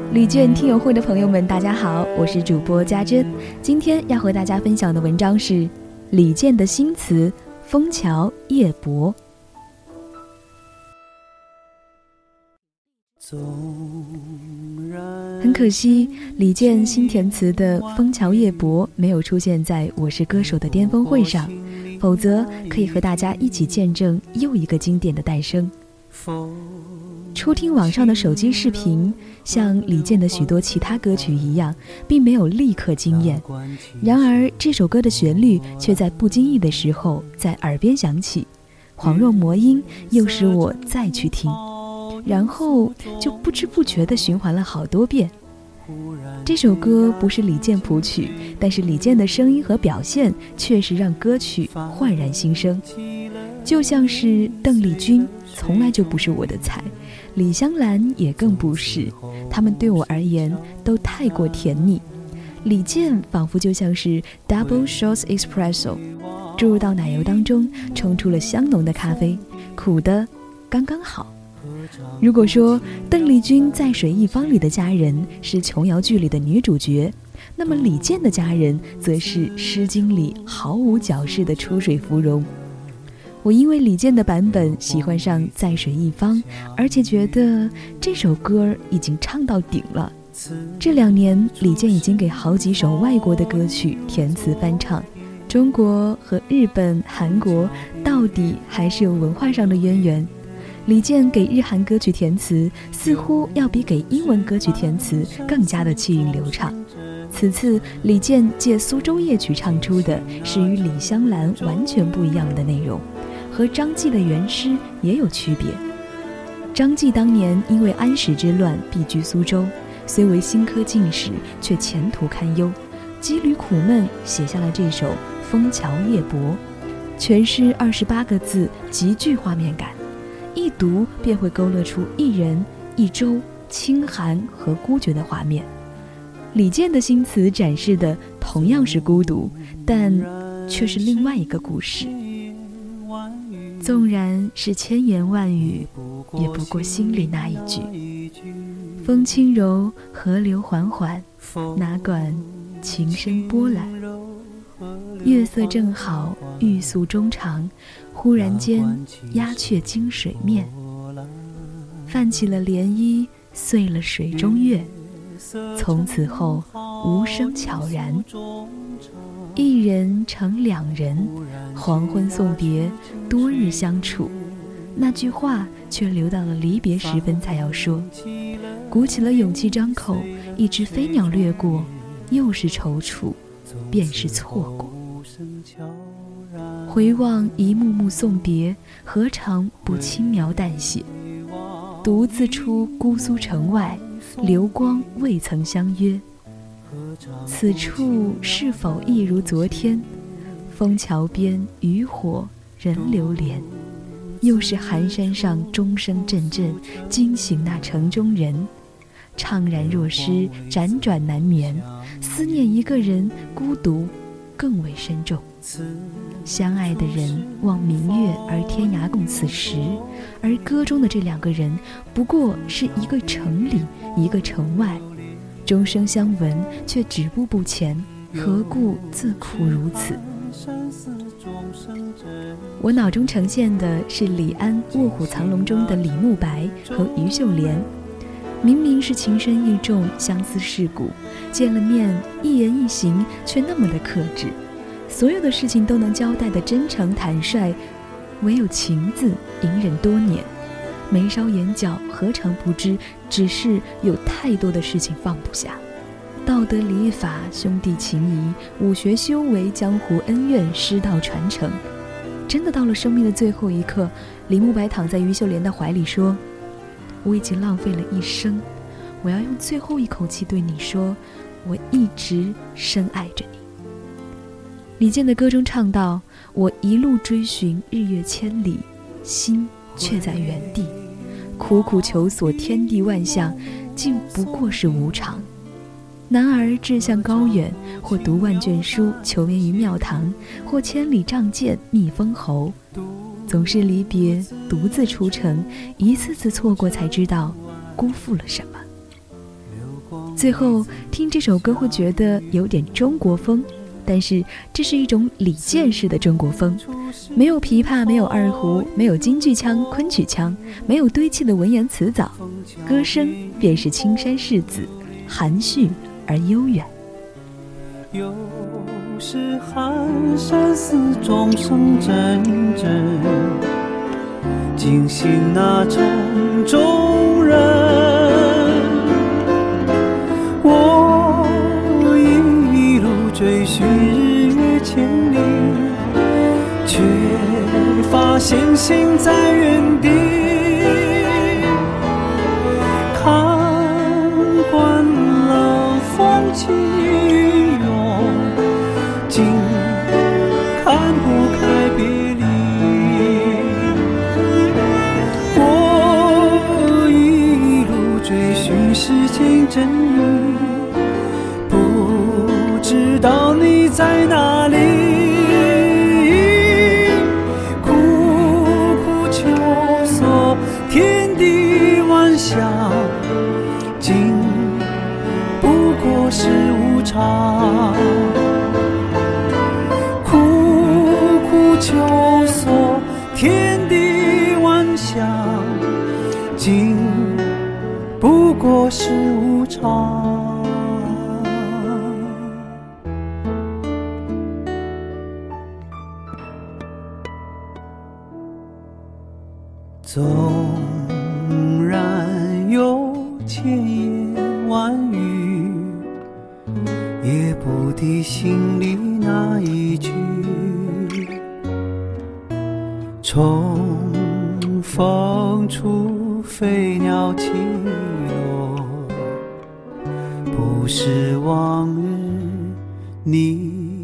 李健听友会的朋友们大家好，我是主播家珍。今天要和大家分享的文章是李健的新词《枫桥夜泊》。很可惜，李健新填词的《枫桥夜泊》没有出现在我是歌手的巅峰会上，否则可以和大家一起见证又一个经典的诞生。初听网上的手机视频，像李健的许多其他歌曲一样，并没有立刻惊艳。然而这首歌的旋律却在不经意的时候在耳边响起，恍若魔音，又使我再去听，然后就不知不觉地循环了好多遍。这首歌不是李健谱曲，但是李健的声音和表现确实让歌曲焕然新生。就像是邓丽君从来就不是我的菜，李香兰也更不是，他们对我而言都太过甜腻。李健仿佛就像是 double shot espresso， 注入到奶油当中，冲出了香浓的咖啡，苦的刚刚好。如果说邓丽君在水一方里的家人是琼瑶剧里的女主角，那么李健的家人则是诗经里毫无矫饰的出水芙蓉。我因为李健的版本喜欢上在水一方，而且觉得这首歌已经唱到顶了。这2年李健已经给好几首外国的歌曲填词翻唱，中国和日本、韩国到底还是有文化上的渊源。李健给日韩歌曲填词似乎要比给英文歌曲填词更加的气韵流畅。此次李健借苏州夜曲唱出的是与李香兰完全不一样的内容，和张继的原诗也有区别。张继当年因为安史之乱避居苏州，虽为新科进士，却前途堪忧，羁旅苦闷，写下了这首《枫桥夜泊》，全诗28个字，极具画面感，一读便会勾勒出一人一舟清寒和孤绝的画面。李健的新词展示的同样是孤独，但却是另外一个故事。纵然是千言万语，也不过心里那一句。风轻柔，河流缓缓，哪管情深波澜。月色正好，欲诉衷肠，忽然间鸦雀惊水面。泛起了涟漪，碎了水中月，从此后无声悄然。一人成2人，黄昏送别，多日相处，那句话却留到了离别时分才要说。鼓起了勇气张口，一只飞鸟掠过，又是踌躇，便是错过。回望一幕幕送别，何尝不轻描淡写。独自出姑苏城外，流光未曾相约。此处是否亦如昨天？枫桥边渔火人流连，又是寒山上钟声阵阵，惊醒那城中人。怅然若失，辗转难眠，思念一个人，孤独更为深重。相爱的人望明月而天涯共此时，而歌中的这2个人不过是一个城里一个城外，钟声相闻，却止步不前，何故自苦如此？我脑中呈现的是李安《卧虎藏龙》中的李慕白和于秀莲，明明是情深意重，相思世故，见了面一言一行却那么的克制，所有的事情都能交代的真诚坦率，唯有情字隐忍多年，眉梢眼角何尝不知，只是有太多的事情放不下。道德礼法，兄弟情谊，武学修为，江湖恩怨，师道传承。真的到了生命的最后一刻，李慕白躺在于秀莲的怀里说，我已经浪费了一生，我要用最后一口气对你说，我一直深爱着你。李健的歌中唱道，我一路追寻日月千里，心却在原地，苦苦求索天地万象，竟不过是无常。男儿志向高远，或读万卷书，求眠于庙堂，或千里仗剑，觅封侯。总是离别，独自出城，一次次错过，才知道辜负了什么。 最后听这首歌会觉得有点中国风，但是这是一种李健式的中国风，没有琵琶，没有二胡，没有京剧腔、昆曲腔，没有堆砌的文言辞藻，歌声便是青山世子，含蓄而悠远。 又是寒山寺，钟声阵阵，惊醒那城中人。我一路追寻日月千里，却发现心在原地。看惯了风起云涌，竟看不开别离。我一路追寻世间真理，不知道你在哪里。苦苦求索天地万象，竟不过是无常。苦苦求索天地万象，竟不过是无常。纵然有千言万语，也不敌心里那一句。重逢处飞鸟起落，不是往日你